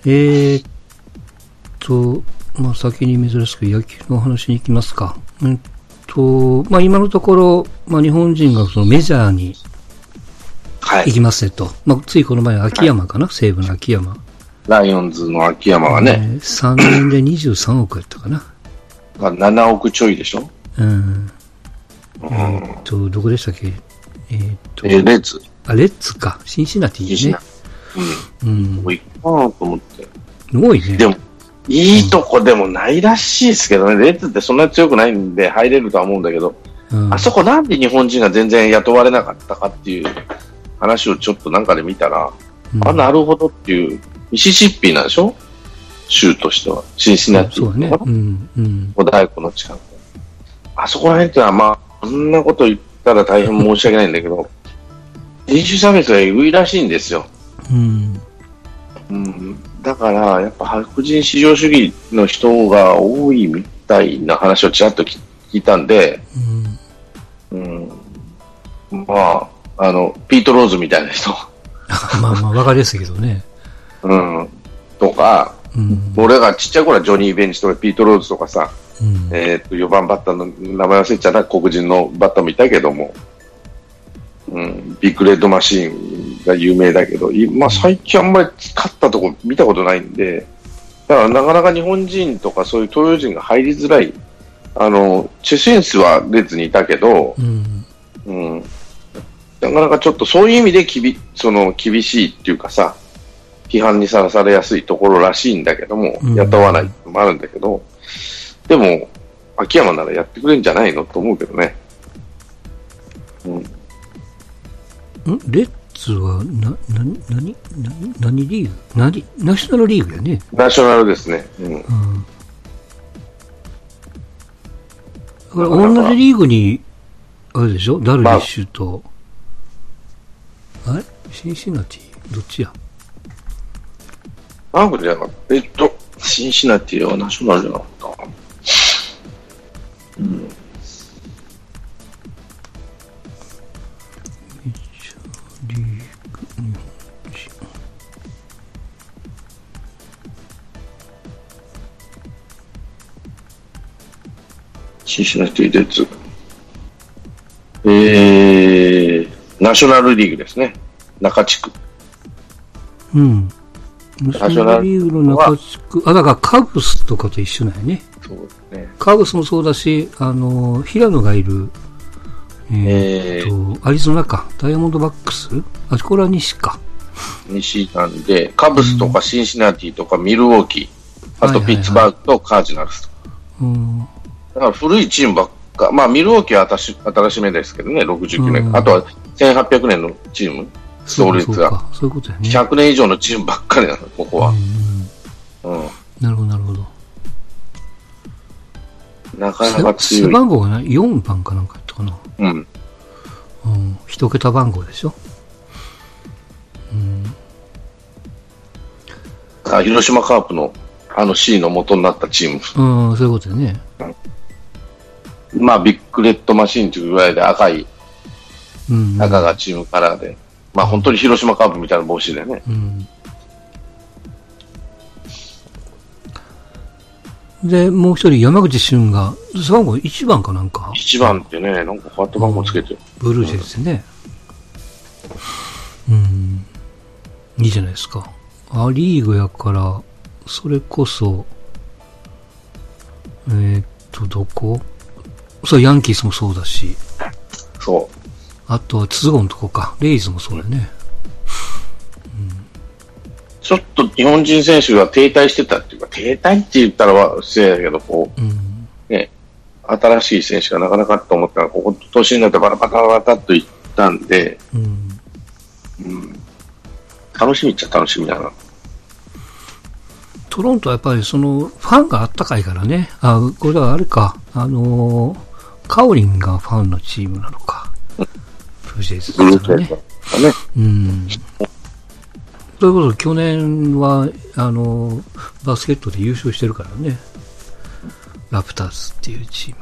えーっまあ、先に珍しく野球の話に行きますか。まあ、今のところ、まあ、日本人がそのメジャーに行きますねと。まあ、ついこの前、秋山かな、西武の秋山。 ライオンズの秋山がね。 3年で23億やったかな。 7億ちょいでしょ。 うん。どこでしたっけ。 レッズ。 レッズか。シンシナティね。 うん。もう行くかなと思って。 すごいね。 でも、いいとこでもないらしいですけどね。レッズってそんなに強くないんで入れるとは思うんだけど、あそこなんで日本人が全然雇われなかったかっていう話をちょっとなんかで見たら、なるほどっていう、ミシシッピーなんでしょ、州としては。シンシナティ。 そうね。 お大湖の近く。あそこら辺ってのは、まあ、そんなこと言ったら大変申し訳ないんだけど、人種差別がえぐいらしいんですよ。だから、やっぱ白人至上主義の人が多いみたいな話をちらっと聞いたんで、まあ、ピート・ローズみたいな人。 まあまあ、わかりやすいけどね。 とか、俺がちっちゃい頃はジョニー・ベンチとかピート・ローズとかさ、4番バッターの名前忘れちゃった、黒人のバッターもいたけども、ビッグレッドマシーンが有名だけど、まあ、最近あんまり勝ったとこ見たことないんで、だからなかなか日本人とかそういう東洋人が入りづらい。チェシェンスはレッズにいたけど、なかなかちょっとそういう意味で厳しいっていうかさ、批判にさらされやすいところらしいんだけども、雇わないのもあるんだけど、でも、秋山ならやってくれるんじゃないのと思うけどね。 レッズは、何リーグナショナルリーグやね。 ナショナルですね。 だから同じリーグに、あれでしょ、ダルビッシュと、あれシンシナティどっちや。 じゃなかった。シンシナティはナショナルじゃなかった。シンシナティレッズ。ナショナルリーグですね。中地区。 ナショナルリーグの中地区。だからカブスとかと一緒なんやね。 そうですね。 カブスもそうだし、平野がいる、アリゾナか。ダイヤモンドバックスこれは西か。 西なんで、カブスとかシンシナティとかミルウォーキー、あとピッツバーグとカージナルスとか。だから古いチームばっか、まあミルウォーキーは新しめですけどね、69年。あとは1800年のチーム、創立が。 そういうことやね。 100年以上のチームばっかりなの、ここは。 なるほど、なるほど。 なかなか強い。 背番号が4番かなんかやったかな。一桁番号でしょ。 広島カープのC の元になったチーム。 そういうことだね。 まあ、ビッグレッドマシンというぐらいで赤がチームカラーで。まあ、本当に広島カープみたいな帽子だよね。 で、もう一人山口俊が、背番号1番かなんか。 1番ってね、なんか変わった番号つけてる。 ブルージェイですね。いいじゃないですか。アリーグやから、それこそ、どこそう、ヤンキースもそうだし。 そう。 あとは、ツゴのとこか。レイズもそうだね。 ちょっと日本人選手が停滞してたっていうか、停滞って言ったら失礼だけど、ね、新しい選手がなかなかと思ったら、ここ年になってバラバラバラバラっといったんで、楽しみっちゃ楽しみだな。 トロントはやっぱりファンがあったかいからね。これはあれか、カオリンがファンのチームなのか。ブルージェイズだったらね。ということで、去年は、バスケットで優勝してるからね。ラプターズっていうチーム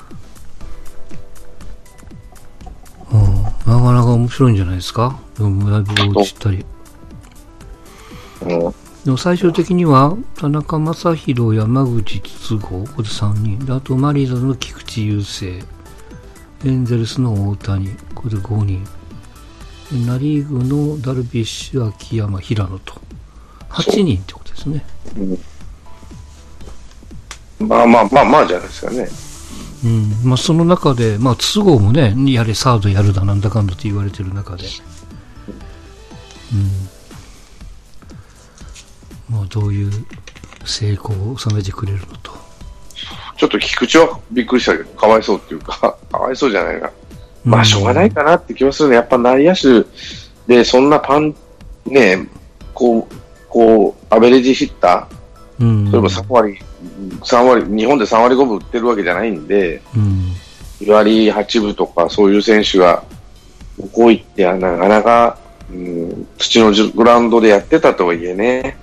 が。なかなか面白いんじゃないですか。でも、だいぶ落ちたり。 でも最終的には田中将大、山口筒香、ここで3人で、あとマリーンズの菊池雄星、エンゼルスの大谷、これで5人で、ナ・リーグのダルビッシュ、秋山、平野と8人ってことですね。 まあまあまあまあじゃないですかね。 まあ、その中で、まあ、筒香もね、やれサードやるだなんだかんだと言われてる中で、まあ、どういう成功を収めてくれるのと。 ちょっと菊池はびっくりしたけど、かわいそうっていうか、かわいそうじゃないな。まあ、しょうがないかなって気はするね。やっぱ内野手で、そんなね、こう、アベレージヒッター、それも3割、日本で3割5分打ってるわけじゃないんで、2割8分とかそういう選手が、こういってなかなか、土のグラウンドでやってたとはいえね。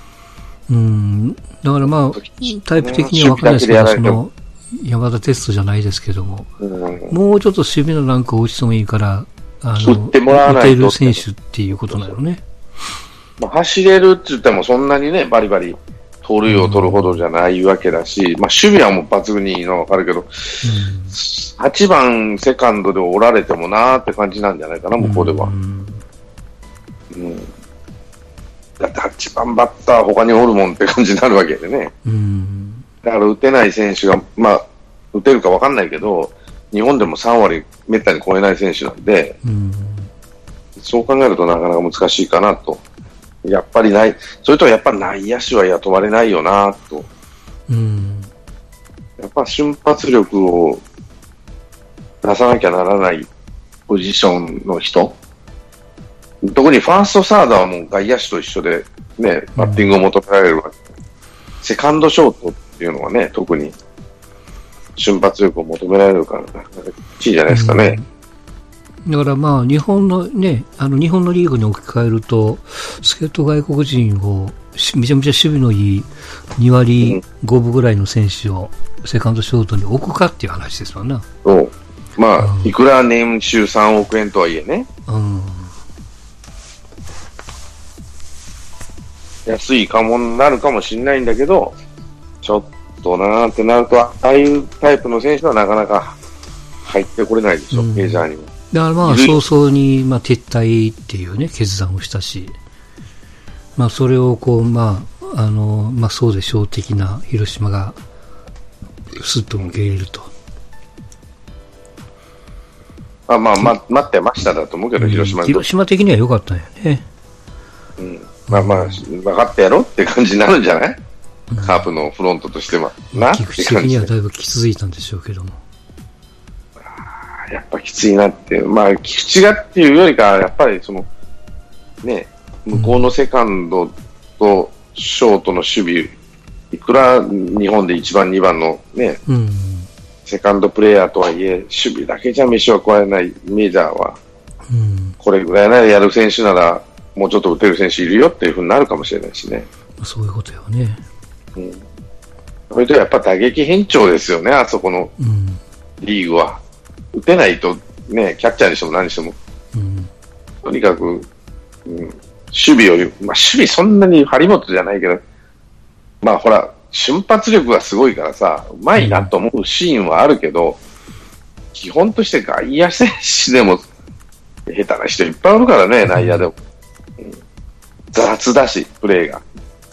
だからまあ、タイプ的には分からないですけど、その、山田テストじゃないですけども、もうちょっと守備のランクを落ちてもいいから、打てる選手っていうことなのね。 まあ、走れるって言ってもそんなにね、バリバリ盗塁を取るほどじゃないわけだし、まあ、守備はもう抜群にいいのは分かるけど、8番セカンドでおられてもなーって感じなんじゃないかな、向こうでは。だって8番バッター他におるもんって感じになるわけでね。だから打てない選手が、まあ、打てるか分かんないけど、日本でも3割めったに超えない選手なんで、そう考えるとなかなか難しいかなと。やっぱりそれとやっぱ内野手は雇われないよなと。やっぱ瞬発力を出さなきゃならないポジションの人。特にファーストサードはもう外野手と一緒でね、バッティングを求められるわけ。セカンドショートっていうのはね、特に瞬発力を求められるから、きついじゃないですかね。 だからまあ、日本のリーグに置き換えると、助っ人外国人を、めちゃめちゃ守備のいい2割5分ぐらいの選手をセカンドショートに置くかっていう話ですわな。 そう。まあ、いくら年収3億円とはいえね。安いかもになるかもしれないんだけど、ちょっとなーってなると、ああいうタイプの選手はなかなか入ってこれないでしょ、メジャーにも。 だからまあ早々にまあ撤退っていうね決断をしたし、まあそれをこうまあそうでしょう的な広島がスッと受け入れると。 待ってましただと思うけど、広島的には良かったんよね。 まあ分かってやろって感じになるんじゃない？カープのフロントとしては。 菊池的にはだいぶきついたんでしょうけども。 やっぱきついなって、まあ、菊池がっていうよりか、やっぱりその、ね、向こうのセカンドとショートの守備、いくら日本で1番、2番のね、セカンドプレーヤーとはいえ、守備だけじゃ飯を食われないメジャーは、これぐらいならやる選手なら、もうちょっと打てる選手いるよっていうふうになるかもしれないしね。 そういうことよね。 それとやっぱ打撃偏重ですよね、あそこのリーグは。打てないとね、キャッチャーにしても何にしても、とにかく、守備より、まあ守備そんなに張本じゃないけど、まあほら、瞬発力がすごいからさ、うまいなと思うシーンはあるけど、基本として外野選手でも下手な人いっぱいおるからね、内野でも。雑だし、プレーが。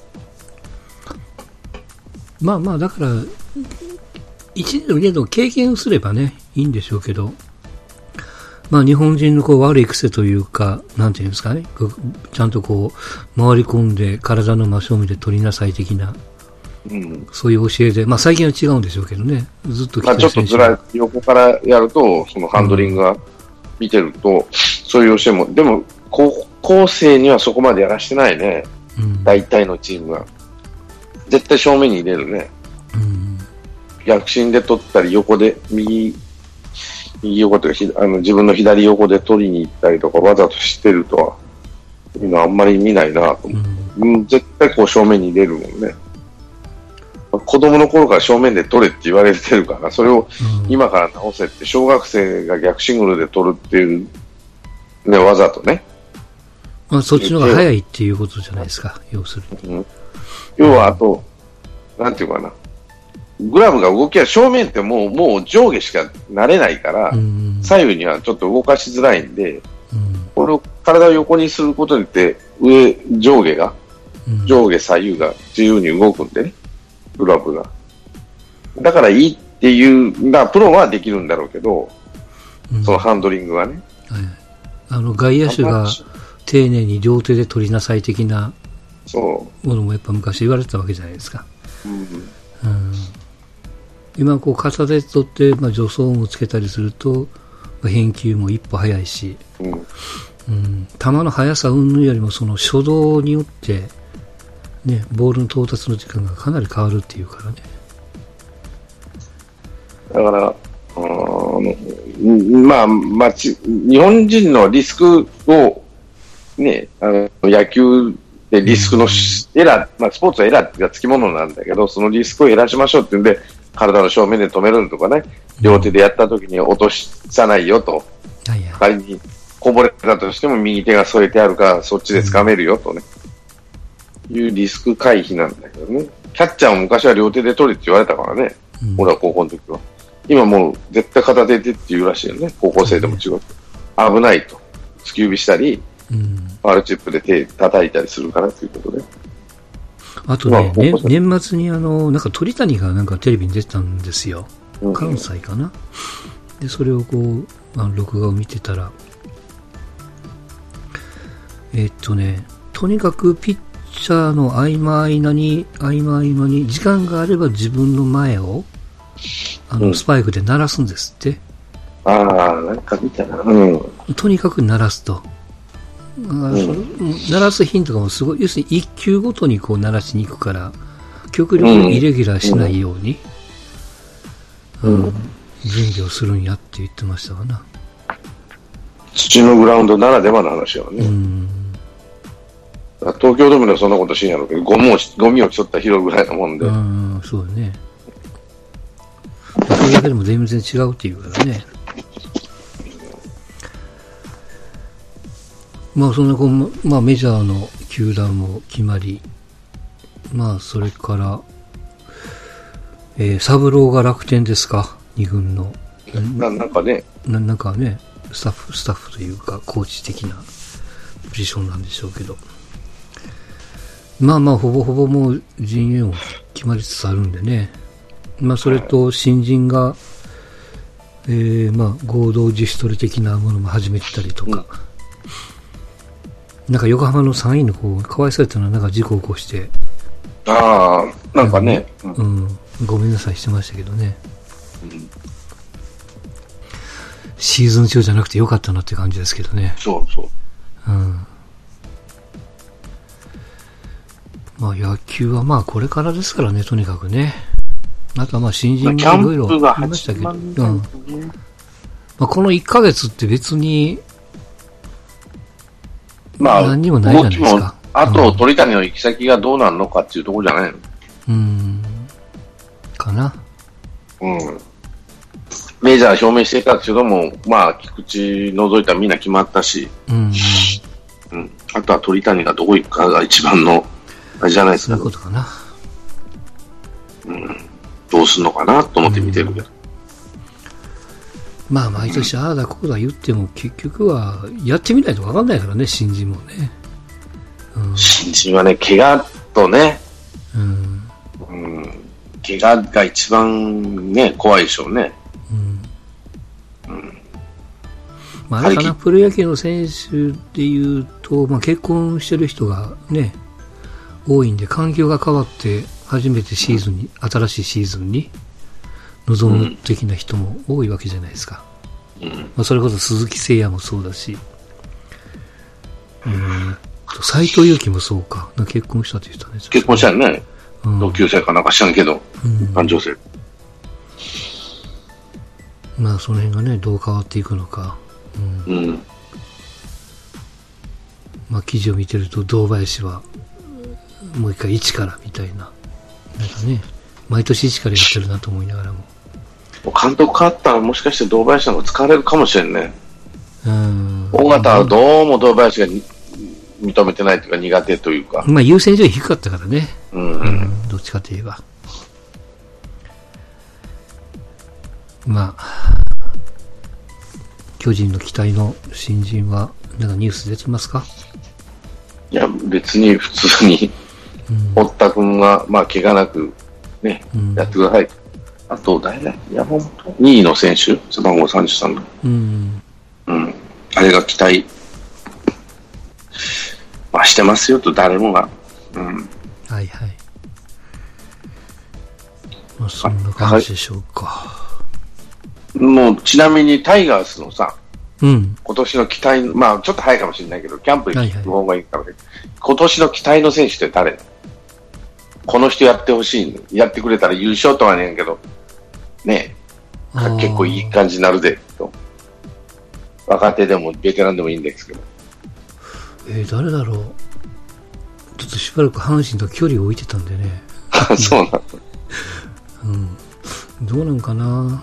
まあまあ、だから、1年の2年の経験をすればね、いいんでしょうけど、まあ日本人のこう悪い癖というか、なんていうんですかね、ちゃんとこう、回り込んで体の真正面で取りなさい的な、そういう教えで、まあ最近は違うんでしょうけどね、ずっとまあちょっとずら横からやると、そのハンドリングが見てると、そういう教えも、でも高校生にはそこまでやらしてないね、大体のチームが。絶対正面に入れるね。逆進で取ったり、横で、右横というか、自分の左横で取りに行ったりとか、わざとしてるとは、今あんまり見ないなと思う。絶対こう正面に入れるもんね。子供の頃から正面で取れって言われてるから、それを今から直せって、小学生が逆シングルで取るっていう、ね、わざとね。 まあ、そっちの方が早いっていうことじゃないですか、要するに。 要は、あと、なんていうかな。グラブが動きは正面ってもう上下しかなれないから、左右にはちょっと動かしづらいんで、これを体を横にすることによって上下左右が自由に動くんでね、グラブが。だからいいっていう、プロはできるんだろうけど、そのハンドリングはね。 外野手が丁寧に両手で取りなさい的なものもやっぱ昔言われてたわけじゃないですか。今こう片手取って、助走もつけたりすると、返球も一歩早いし、球の速さ云々よりもその初動によって、ね、ボールの到達の時間がかなり変わるっていうからね。 だから、日本人のリスクを、ね、野球でリスクのエラー、スポーツはエラーがつきものなんだけど、そのリスクを減らしましょうっていうんで、体の正面で止めるとかね、両手でやった時に落とさないよと、仮にこぼれたとしても右手が添えてあるからそっちで掴めるよとね、いうリスク回避なんだけどね。キャッチャーも昔は両手で取れって言われたからね、俺は高校の時は。今もう絶対片手でって言うらしいよね、高校生でも違う。危ないと。突き指したり、ファールチップで手叩いたりするからということで。 あとね、年末になんか鳥谷がなんかテレビに出てたんですよ。関西かな。で、それをこう、録画を見てたら、とにかくピッチャーの合間合間に時間があれば自分の前を、スパイクで鳴らすんですって。 なんか見たな。 とにかく鳴らすと。鳴らす頻度がもすごい、要するに1球ごとにこう鳴らしに行くから、極力イレギュラーしないように、準備をするんやって言ってましたかな。 土のグラウンドならではの話はね。東京ドームではそんなことしんやろうけど、ゴミをちょっと拾うぐらいなもんで。 そうだね。それだけでも全然違うっていうからね。そんなメジャーの球団も決まり、それから、サブローが楽天ですか、2軍の。 なんかね。 なんかね、スタッフというか、コーチ的なポジションなんでしょうけど。ほぼほぼもう陣営も決まりつつあるんでね。それと新人が、合同自主トレ的なものも始めてたりとか。なんか横浜の3位の子、かわいそうやったのはなんか事故を起こして。 なんかね。 ごめんなさいしてましたけどね。シーズン中じゃなくてよかったなって感じですけどね。 そう。 野球はこれからですからね、とにかくね。あとは新人もいろいろありましたけど。この1ヶ月って別に、何にもないじゃないですか。 あと、鳥谷の行き先がどうなるのかっていうところじゃないの？ かな。 メジャー表明していたけども、菊池除いたらみんな決まったし、あとは鳥谷がどこ行くかが一番の、あれじゃないですか。 そういうことかな。 どうすんのかなと思って見てるけど。 毎年ああだこうだ言っても結局はやってみないと分かんないからね、新人もね。 新人はね、怪我とね、怪我が一番ね、怖いでしょうね。 あれかな、プロ野球の選手でいうと、結婚してる人がね、多いんで、環境が変わって初めて新しいシーズンに望む的な人も多いわけじゃないですか。それこそ鈴木誠也もそうだし、斎藤佑樹もそうか。結婚したって言ったね。 結婚したよね。同級生かなんか知らんけど、男女性。 その辺がね、どう変わっていくのか。記事を見てると、堂林はもう一回一からみたいな。なんかね、毎年一からやってるなと思いながらも。 監督変わったらもしかして堂林なんか使われるかもしれんね。尾形はどうも堂林が認めてないというか苦手というか。 まあ優先順位低かったからね。どっちかといえば。まあ、巨人の期待の新人は、なんかニュース出てますか？ いや、別に普通に、堀田君が、まあ、怪我なく、ね、やってください。あと、誰だ？山本2位の選手背番号33の。あれが期待、まあ、してますよと、誰もが。 はいはい。まあ、そんな感じでしょうか。 もう、ちなみにタイガースのさ、 今年の期待、まあちょっと早いかもしれないけど、キャンプに行く方がいいからね、今年の期待の選手って誰？この人やってほしい、やってくれたら優勝とはねんけど、ね結構いい感じになるでと。若手でもベテランでもいいんですけど。 誰だろう。ちょっとしばらく阪神と距離を置いてたんでね。 そうなんだ。 どうなんかな。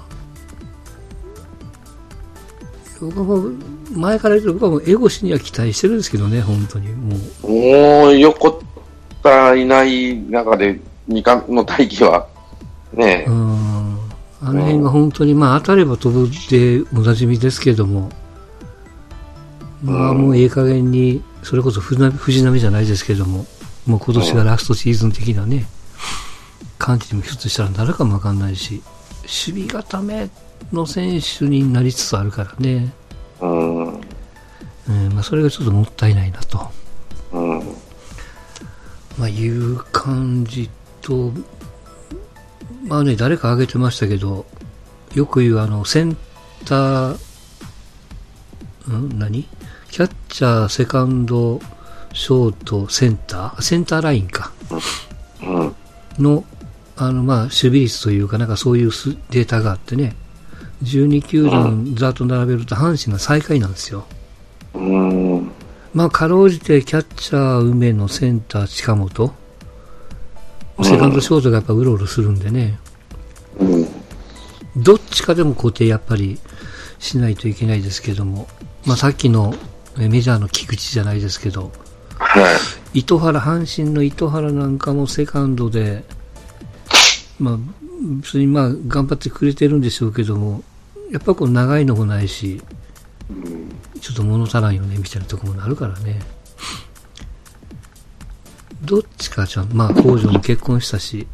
前から言うと僕はもう江越には期待してるんですけどね、本当にもう横田いない中で二冠の大器はね、 あの辺が本当にまあ当たれば飛ぶっておなじみですけども、まあもういい加減にそれこそ藤波じゃないですけども、もう今年がラストシーズン的なね感じにもひょっとしたらなるかもわかんないし、守備固めの選手になりつつあるからね。まあそれがちょっともったいないなと。まあいう感じと、まあね、誰か挙げてましたけど、よく言うセンター、キャッチャー、セカンド、ショート、センターラインか。の、まあ守備率というかなんかそういうデータがあってね。12球団ざっと並べると阪神が最下位なんですよ。まあかろうじてキャッチャー梅野、センター近本、セカンドショートがやっぱうろうろするんでね、どっちかでも固定やっぱりしないといけないですけども、まあさっきのメジャーの菊池じゃないですけど、阪神の糸原なんかもセカンドで、まあ普通にまあ頑張ってくれてるんでしょうけども、やっぱこう長いのもないし、ちょっと物足らんよねみたいなところもなるからね。どっちかじゃん、まあ北条も結婚したし、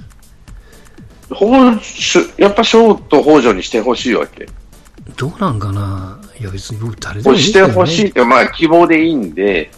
やっぱショート北条にしてほしいわけ。 どうなんかな。いや別に僕誰でもいいですけどね。してほしいってまあ希望でいいんで、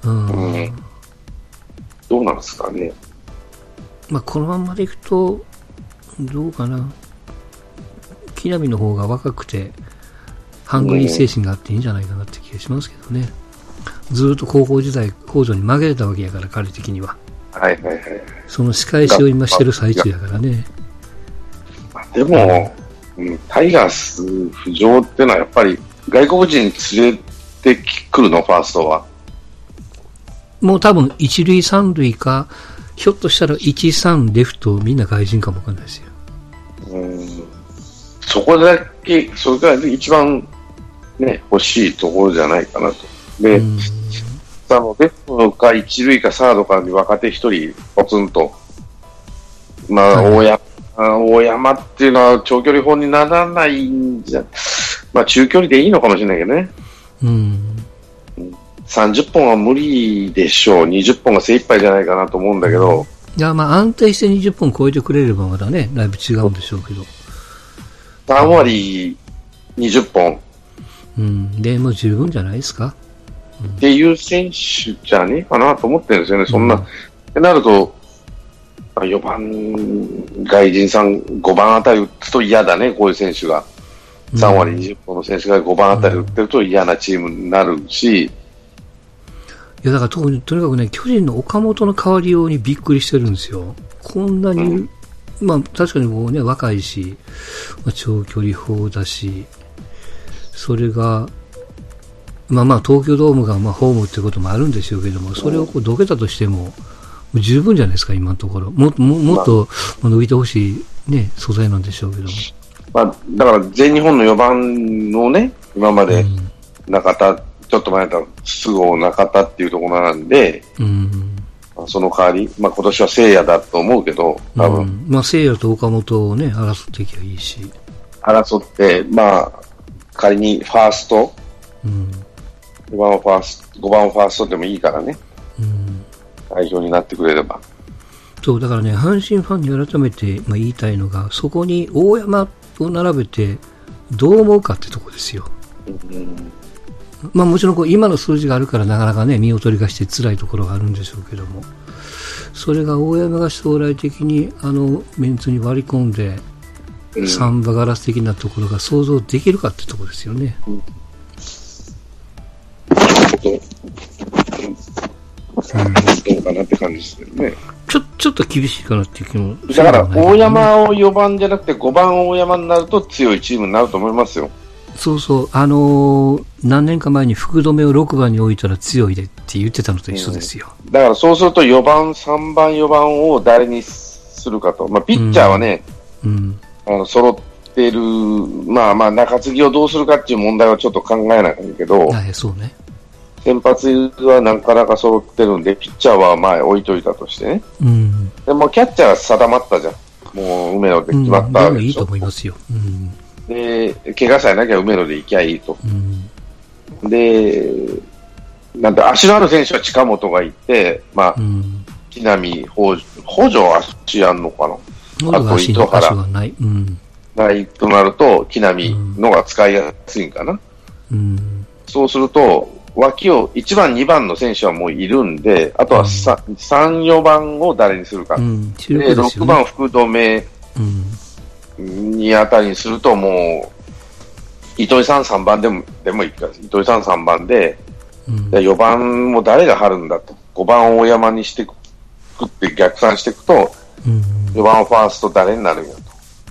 どうなんですかね。 まあこのままでいくとどうかな。木浪の方が若くてハングリー精神があっていいんじゃないかなって気がしますけどね。ずっと高校時代北条に負けてたわけやから、彼的には。その仕返しを今してる最中やからね。 でも、タイガース浮上ってのはやっぱり外国人連れてくるの、ファーストは。もう多分一塁三塁か、ひょっとしたら1、3レフトみんな外人かもわかんないですよ。 そこだけ、それから一番ね、欲しいところじゃないかなと。で、レフトか一塁かサードかに若手一人ポツンと、まあ、大山っていうのは長距離砲にならないんじゃ、まあ中距離でいいのかもしれないけどね。30本は無理でしょう。20本が精一杯じゃないかなと思うんだけど。 いや、まあ安定して20本超えてくれればまだね、だいぶ違うんでしょうけど。 3割20本。 でも十分じゃないですか。 っていう選手じゃねえかなと思ってるんですよね。そんな。ってなると、4番、外人さん、5番あたり打つと嫌だね、こういう選手が。3割20本の選手が5番あたり打ってると嫌なチームになるし。いや、だからとにかくね、巨人の岡本の代わりようにびっくりしてるんですよ。こんなに、まあ確かにもうね、若いし、長距離砲だし、それが、まあ東京ドームがホームってこともあるんでしょうけども、それをこうどけたとしても、十分じゃないですか、今のところ。もっと伸びてほしいね、素材なんでしょうけども。まあ、 だから全日本の4番のね、今まで中田ちょっと前だと菅生中田っていうところなんで、その代わり、今年は聖夜だと思うけど、多分。 聖夜と岡本をね、争っていけばいいし。 争って、仮にファースト、5番ファーストでもいいからね、代表になってくれれば。 そう、だからね、阪神ファンに改めて言いたいのが、そこに大山を並べて、どう思うかってとこですよ。もちろん今の数字があるからなかなかね、見劣りがして辛いところがあるんでしょうけども、それが大山が将来的にメンツに割り込んで、サンバガラス的なところが想像できるかってところですよね。 どうかなって感じですよね。 ちょっと厳しいかなっていう気も、 だから大山を4番じゃなくて5番大山になると強いチームになると思いますよ。 そうそう、何年か前に福留を6番に置いたら強いでって言ってたのと一緒ですよ。 だからそうすると4番、3番、4番を誰にするかと。ピッチャーはね、揃ってる、中継ぎをどうするかっていう問題はちょっと考えないけど、 そうね。 先発はなかなか揃ってるんで、ピッチャーは置いといたとしてね。でもキャッチャーは定まったじゃん。もう梅野で決まったわけでしょ。 いいと思いますよ。 で、怪我さえなきゃ梅野で行きゃいいと。で、なんて足のある選手は近本がいて、木浪、北条足やんのかな。あと糸原ないとなると、木浪のが使いやすいんかな。そうすると、脇を1番、2番の選手はもういるんで、あとは3、4番を誰にするか。で、6番福留にあたりにすると、もう、糸井さん3番でもいいから、糸井さん3番で、4番も誰が張るんだと。5番大山にしてくって逆算していくと、4番ファースト誰になるんやと。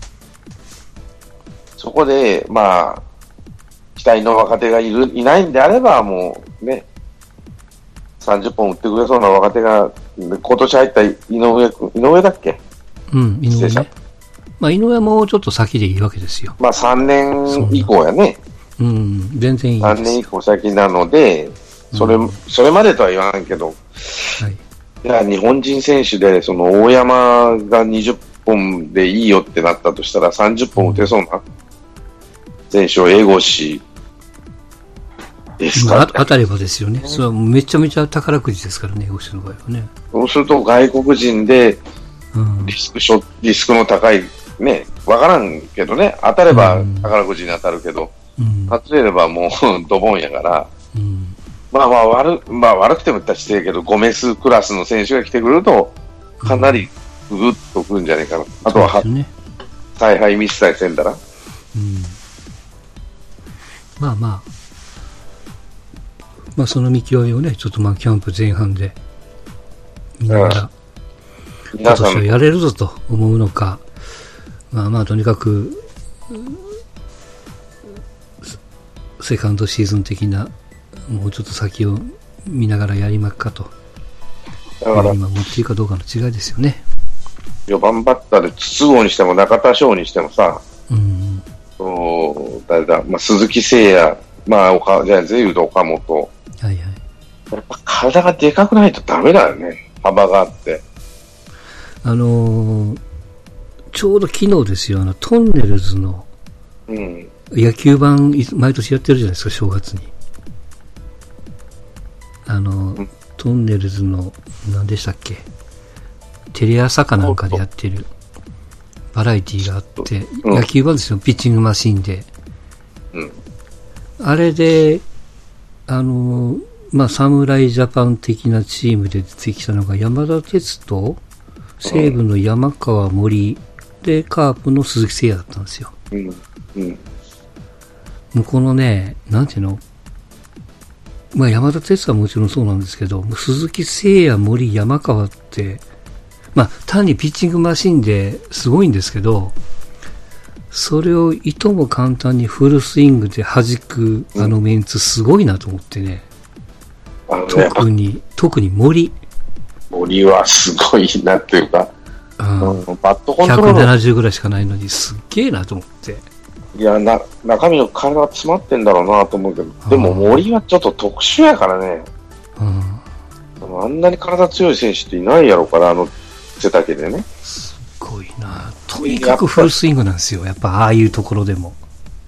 そこで、期待の若手がいないんであれば、もうね、30本打ってくれそうな若手が、今年入った井上だっけ？ 井上ね。井上はもうちょっと先でいいわけですよ。 3年以降やね。 全然いいです。 3年以降先なので、それまでとは言わないけど、いや、日本人選手で、その大山が20本でいいよってなったとしたら、30本打てそうな選手を江越ですか、 当たればですよね。それはめちゃめちゃ宝くじですからね、江越の場合はね。 そうすると外国人でリスクの高いね、わからんけどね、当たれば宝くじに当たるけど、外れればもうドボンやから、悪くても言ったら失礼けど、ゴメスクラスの選手が来てくると、かなりぐっとくるんじゃないかな。あとは、采配ミスさえせんだら。 その見極めをね、ちょっとキャンプ前半で見ながら、今年はやれるぞと思うのか、とにかく、セカンドシーズン的な、もうちょっと先を見ながらやりまっかと。だから今持っていいかどうかの違いですよね。 4番バッターで筒香にしても中田翔にしてもさ、誰だ、鈴木誠也、じゃあ全部と岡本。やっぱ体がでかくないとダメだよね。幅があって。 ちょうど昨日ですよ、トンネルズの野球版、毎年やってるじゃないですか、正月に。トンネルズの、何でしたっけ、テレ朝かなんかでやってるバラエティがあって、野球版ですよ、ピッチングマシンで。あれで、侍ジャパン的なチームで出てきたのが山田哲人、西武の山川森でカープの鈴木誠也だったんですよ。もうこのね、なんていうの、山田哲人はもちろんそうなんですけど、鈴木誠也、森、山川って、単にピッチングマシンですごいんですけど、それをいとも簡単にフルスイングで弾くメンツすごいなと思ってね。特に森はすごいなっていうか、バットコントロール170ぐらいしかないのにすっげえなと思って。 いや、中身の体が詰まってんだろうなと思うけど、でも森はちょっと特殊やからね。あんなに体強い選手っていないやろから、背丈でね。 すごいな。とにかくフルスイングなんですよ。やっぱああいうところでも。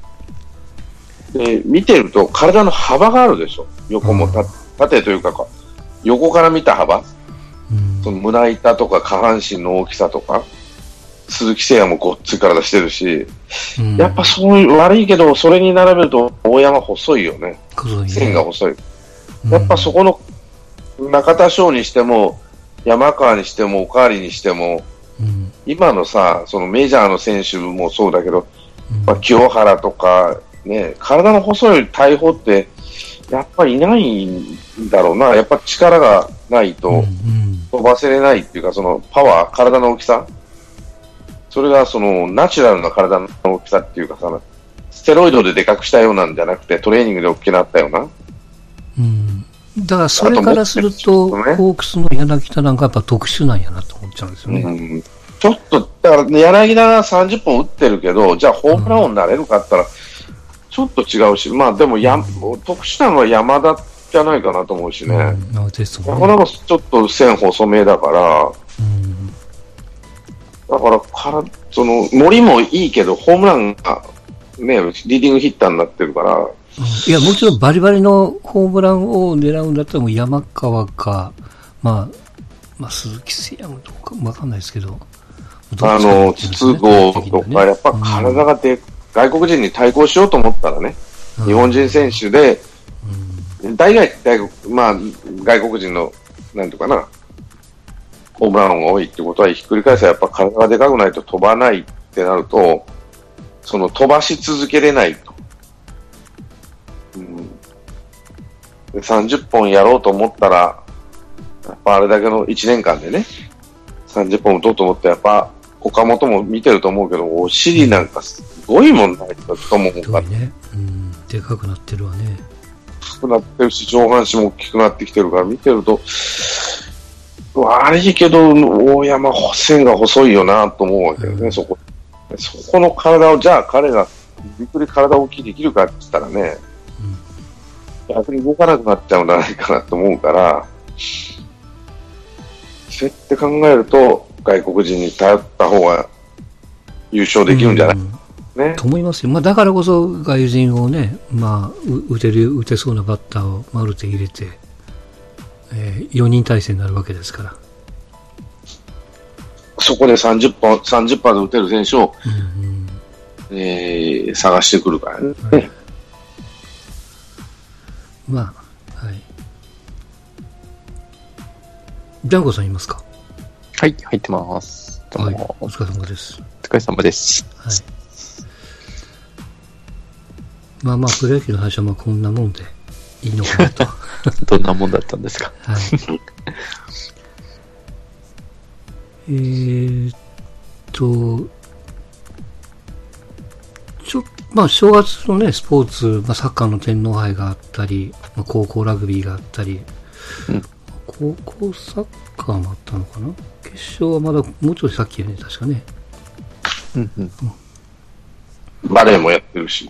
で、見てると体の幅があるでしょ。横も縦というか、横から見た幅。その胸板とか下半身の大きさとか。鈴木誠也もごっつい体してるし、やっぱそういう悪いけど、それに並べると大山細いよね。線が細い。やっぱそこの中田翔にしても、山川にしても、おかわりにしても、今のさ、そのメジャーの選手もそうだけど、清原とか、ね、体の細い大砲って、やっぱりいないんだろうな。やっぱ力がないと飛ばせれないっていうか、そのパワー、体の大きさ。それがそのナチュラルな体の大きさっていうかさ、ステロイドででかくしたようなんじゃなくて、トレーニングで大きくなったような。 だからそれからすると、ホークスの柳田なんかやっぱ特殊なんやなと思っちゃうんですよね。 ちょっと、だから柳田が30本打ってるけど、じゃあホームラン王になれるかって言ったら、ちょっと違うし、まあでも特殊なのは山田じゃないかなと思うしね。山田もちょっと線細めだから、だからその森もいいけど、ホームランが、ね、リーディングヒッターになってるから。 いや、もちろんバリバリのホームランを狙うんだったら、もう山川か、まあ、鈴木誠也もどうかわかんないですけど、筒香とか、やっぱ体が外国人に対抗しようと思ったらね、日本人選手で、まあ、外国人の、なんていうかな、ホームランが多いってことはひっくり返せばやっぱ体がでかくないと飛ばないってなると、その飛ばし続けれないと。30本やろうと思ったら、やっぱあれだけの1年間でね、30本打とうと思って、やっぱ岡本も見てると思うけど、お尻なんかすごいもんないと思うから。 ね、でかくなってるわね。 でかくなってるし、上半身も大きくなってきてるから、見てると、悪いけど、大山線が細いよなと思うわけよね、そこの体を、じゃあ彼がびっくり体を大きくできるかって言ったらね、逆に動かなくなっちゃうんじゃないかなと思うから、そうやって考えると、外国人に頼った方が優勝できるんじゃない、ね。 と思いますよ。まあだからこそ外人をね、まあ打てそうなバッターをマルテ入れて、4人体制になるわけですから。 そこで30発で打てる選手を、探してくるからね。はい、 まあ、はい。ジャンコさんいますか？ はい、入ってます。 はい、お疲れ様です。 お疲れ様です。はい。 まあまあ、プロ野球の話はまあこんなもんでいいのかなと。 どんなもんだったんですか？はい。 まあ正月のね、スポーツ、まあサッカーの天皇杯があったり、まあ高校ラグビーがあったり、高校サッカーもあったのかな？決勝はまだもうちょい先やね、確かね。 バレーもやってるし。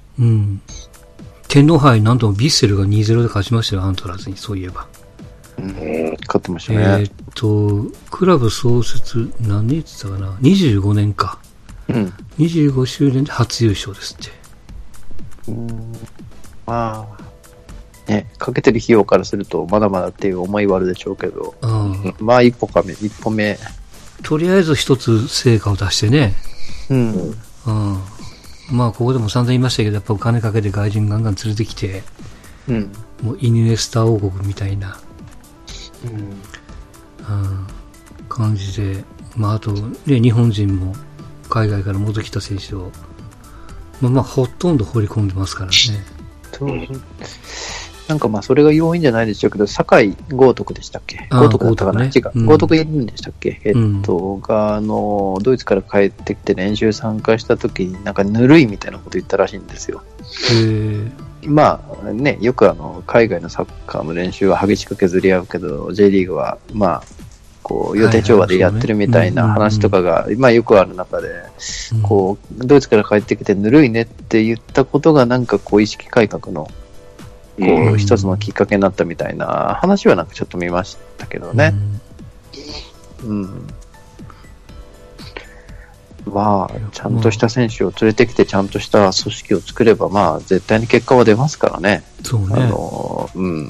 天皇杯なんともヴィッセルが 2-0 で勝ちましたよ、アントラーズに、そういえば。 勝ってましたね。 クラブ創設何年って言ってたかな、25年か。25周年で初優勝ですって。 まあ、ね、かけてる費用からすると、まだまだっていう思いはあるでしょうけど、まあ一歩目。 とりあえず一つ成果を出してね。まあここでも散々言いましたけど、やっぱお金かけて外人ガンガン連れてきて、もうイニエスタ王国みたいな、感じで、まああとね、日本人も海外から戻ってきた選手を、まあほとんど放り込んでますからね。 なんかまあそれが要因じゃないでしょうけど、酒井豪徳でしたっけ？豪徳だったかな？違う。豪徳いるんでしたっけ？がドイツから帰ってきて練習参加した時になんかぬるいみたいなこと言ったらしいんですよ。まあね、よく海外のサッカーの練習は激しく削り合うけど、J リーグはまあこう、予定調和でやってるみたいな話とかが、まあよくある中で、こう、ドイツから帰ってきてぬるいねって言ったことがなんかこう、意識改革の、こう、一つのきっかけになったみたいな話はなんかちょっと見ましたけどね。まあ、ちゃんとした選手を連れてきて、ちゃんとした組織を作れば、まあ、絶対に結果は出ますからね。 そうね。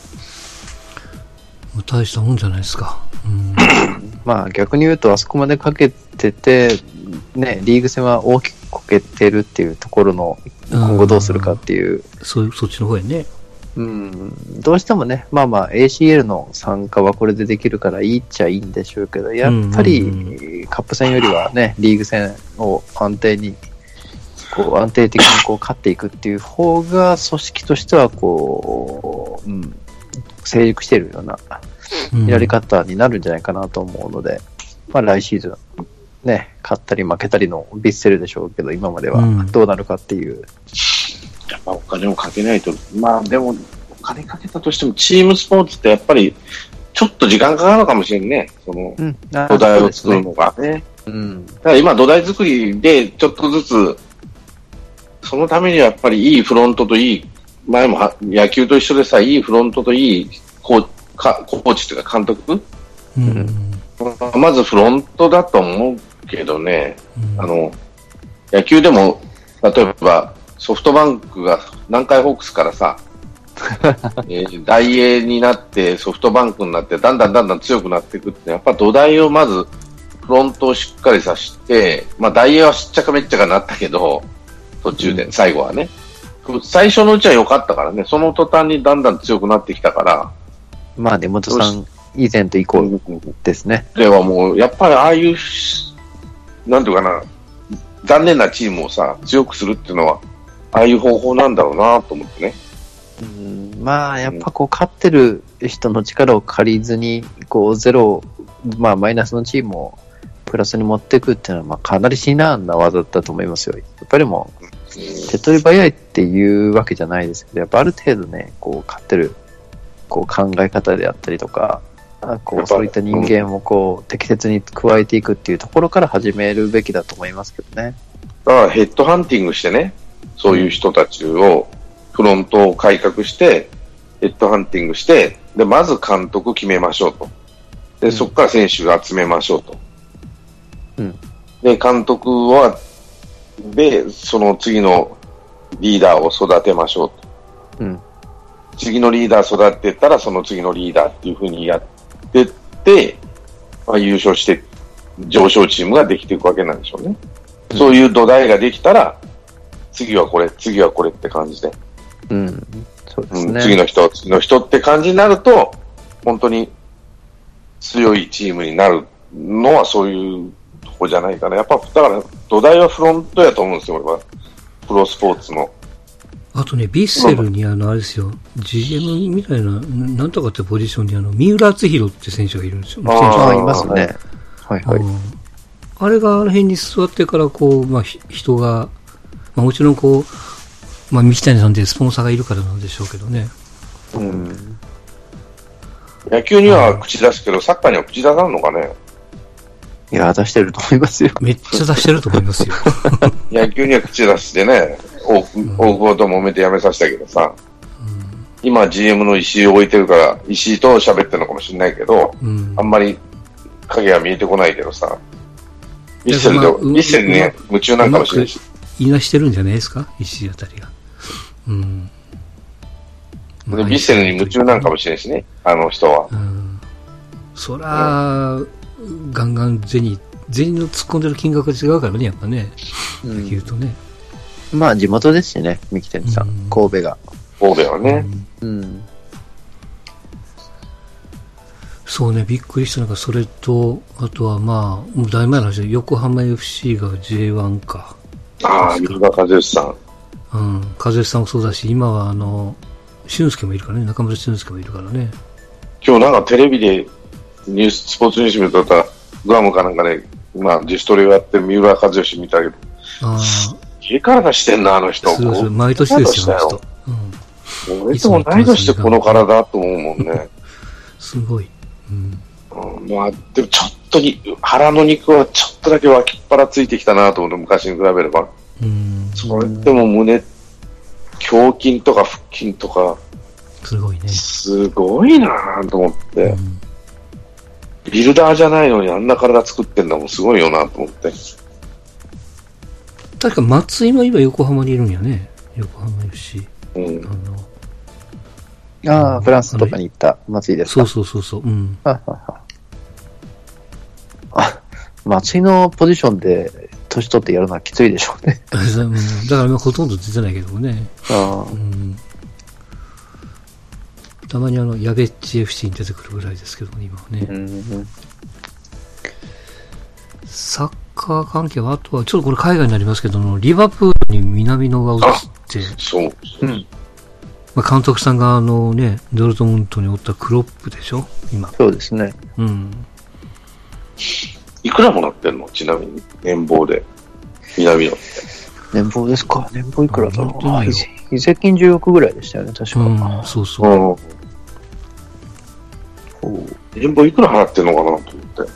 大したもんじゃないですか。 まあ、逆に言うと、あそこまでかけてて、ね、リーグ戦は大きくこけてるっていうところの、今後どうするかっていう。 そっちの方やね。 どうしてもね、まあまあ ACL の参加はこれでできるからいいっちゃいいんでしょうけど、やっぱりカップ戦よりはね、リーグ戦を安定的にこう勝っていくっていう方が組織としてはこう、成熟しているようなやり方になるんじゃないかなと思うので、まあ来シーズンね、勝ったり負けたりのヴィッセルでしょうけど、今まではどうなるかっていう。 やっぱお金をかけないと、まあでも、お金かけたとしても、チームスポーツってやっぱり、ちょっと時間かかるのかもしれんね、その、土台を作るのがね。だから今、土台作りで、ちょっとずつ、そのためにはやっぱりいいフロントといい、前も野球と一緒でさ、いいフロントといいコーチというか監督、まずフロントだと思うけどね、野球でも、例えば、ソフトバンクが南海ホークスからさ、大英になってソフトバンクになってだんだん強くなっていくって、やっぱ土台をまずフロントをしっかりさせて、まあ大英はしっちゃかめっちゃかになったけど、途中で、最後はね。最初のうちは良かったからね、その途端にだんだん強くなってきたから。 まあ根本さん以前と以降ですね。 ではもう、やっぱりああいう、なんていうかな、残念なチームをさ、強くするっていうのは、ああいう方法なんだろうなと思ってね。 まあ、やっぱこう、勝ってる人の力を借りずに、こう、ゼロ、まあ、マイナスのチームをプラスに持っていくっていうのは、まあ、かなり至難な技だと思いますよ。やっぱりもう、手っ取り早いっていうわけじゃないですけど、やっぱある程度ね、こう、勝ってる、こう、考え方であったりとか、こう、そういった人間をこう、適切に加えていくっていうところから始めるべきだと思いますけどね。 だからヘッドハンティングしてね、そういう人たちを、フロントを改革して、ヘッドハンティングして、で、まず監督決めましょうと。で、そこから選手が集めましょうと。で、監督は、で、その次のリーダーを育てましょうと。次のリーダー育てたら、その次のリーダーっていう風にやってって、まあ、優勝して、上昇チームができていくわけなんでしょうね。そういう土台ができたら、次はこれって感じで。 そうですね。 次の人って感じになると、本当に強いチームになるのはそういうとこじゃないかな。やっぱ、だから土台はフロントやと思うんですよ、俺は。プロスポーツの。 あとね、ヴィッセルにあれですよ、GM みたいな、なんとかってポジションに三浦篤弘って選手がいるんですよ。 いますね。はいはい。 あれがあの辺に座ってからこう、まあ人が、まあもちろんこう、まあ三木谷さんでスポンサーがいるからなんでしょうけどね。 野球には口出すけど、サッカーには口出さんのかね。 いや、出してると思いますよ。 めっちゃ出してると思いますよ。 野球には口出してね、大久保と揉めて辞めさせたけどさ、今 GM の石井を置いてるから、石井と喋ってるのかもしれないけど、あんまり影は見えてこないけどさ、ヴィッセルにね、夢中なんかもしれないし。 言い出してるんじゃないですか、石井あたりが。 ヴィッセルに夢中なんかもしれないしね、あの人は。 そら、ガンガン銭の突っ込んでる金額が違うからね、やっぱね。野球とね。 まあ地元ですしね、三木谷さん、神戸が。 神戸はね。 そうね、びっくりしたのがそれと、あとはまあ、もうだいぶ前の話で、横浜 FC が J1 か。 ああ、三浦和義さん。 和義さんもそうだし、今は俊介もいるからね、中村俊介もいるからね。 今日なんかテレビでスポーツニュース見たら、グアムかなんかで、まあ自主トレをやってる三浦和義見たけど、家体してんな、あの人。 そう、毎年ですよ、あの人。俺と同い年でこの体と思うもんね。 すごい。 まあ、でもちょっと腹の肉はちょっとだけ脇っ腹ついてきたなと思う、昔に比べれば。それでも胸、胸筋とか腹筋とか、 すごいね。 すごいなと思って、ビルダーじゃないのにあんな体作ってんだもん、すごいよなと思って。 確か松井も今横浜にいるんやね。横浜いるし。 フランスとかに行った松井ですか。 そう。 松井のポジションで年取ってやるのはきついでしょうね。 だからほとんど出てないけどもね。たまにやべっち FC に出てくるぐらいですけど、今はね。サッカー関係は、あとは、ちょっとこれ海外になりますけど、リバプールに南野が移って、監督さんがね、ドルトムントにおったクロップでしょ今。 そうですね。 いくらもらってんのちなみに、年俸で。南野って。 年俸ですか。年俸いくらだろう。移籍金10億ぐらいでしたよね、確か。 そう。 年俸いくら払ってんのかなと思って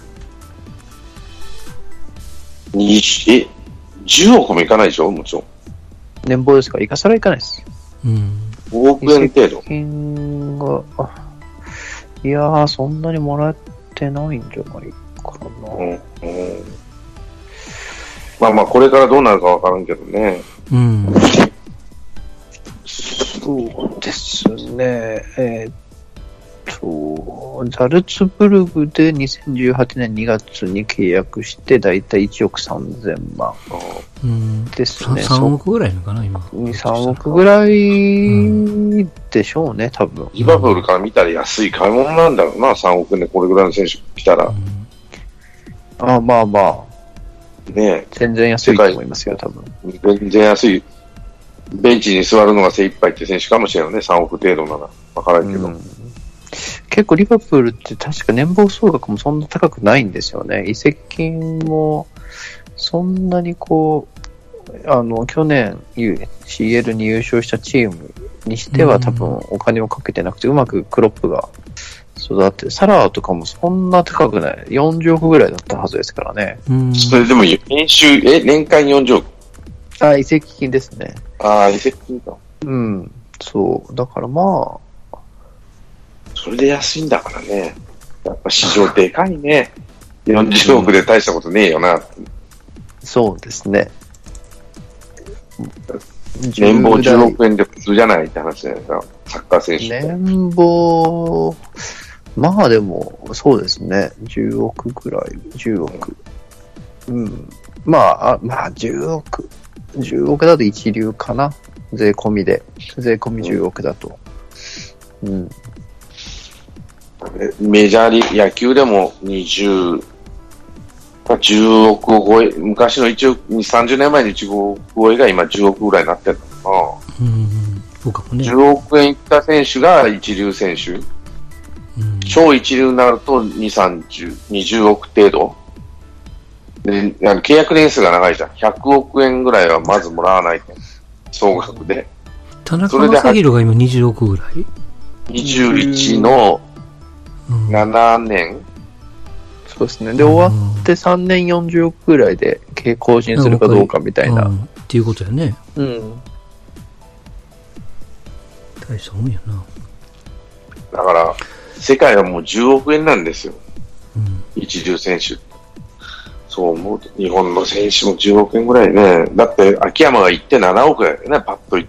。10億もいかないでしょもちろん。 年俸ですか。いかさらいかないです。 5億円程度。 金が、いやー、そんなにもらってないんじゃないかな。 まあ、これからどうなるかわからんけどね。 そうですね。ザルツブルグで2018年2月に契約して、だいたい1億3000万ですね。 3億ぐらいのかな、今。 3億ぐらいでしょうね、多分。 リバプールから見たら安い買い物なんだろうな、3億円でこれぐらいの選手来たら。 まあ。 ね、 全然安いと思いますよ、多分。 全然安い。ベンチに座るのが精一杯って選手かもしれないね、3億程度なら。わからんけど。 結構リバプールって確か年俸総額もそんな高くないんですよね。移籍金もそんなに去年 CL に優勝したチームにしては多分お金をかけてなくて、うまくクロップが育って、サラーとかもそんな高くない。40億ぐらいだったはずですからね。 それでも年間40億。 移籍金ですね。 移籍金か。 そう。だからまあ、 それで安いんだからね。やっぱ市場でかいね。40億で大したことねえよな。 そうですね。 年俸10億円で普通じゃないって話だよな。サッカー選手。 年俸、まあでも、そうですね。10億ぐらい。10億。まあ10億。10億だと一流かな。税込みで。税込み10億だと。 メジャーリーグ、野球でも10億超え、昔の1億、30年前の1億超えが今10億ぐらいになってるのかな。 そうかもね。 10億円いった選手が一流選手。超一流になると20億程度。で、契約年数が長いじゃん。100億円ぐらいはまずもらわないと。総額で。 田中将大が今20億ぐらい ?21 の7年。 そうですね。で、終わって3年40億ぐらいで更新するかどうかみたいな。 っていうことやね。大したもんやな。 だから、世界はもう10億円なんですよ。一流選手。そう思うと、日本の選手も10億円ぐらいね。だって、秋山が行って7億だよね、パッと行って。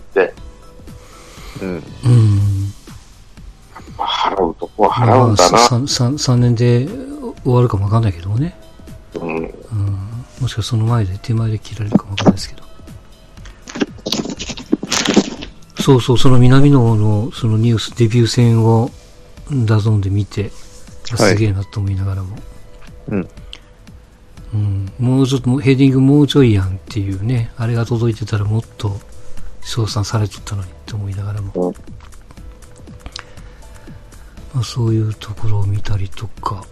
払うとこは払うんだな。 3年で終わるかもわかんないけどもね。もしかその前で手前で切られるかもわかんないですけど。そう、その南野のそのニュースデビュー戦をダゾーンで見て、すげえなと思いながらも。もうちょっとヘディングもうちょいやんっていうね、あれが届いてたらもっと称賛されとったのにって思いながらも。そういうところを見たりとか、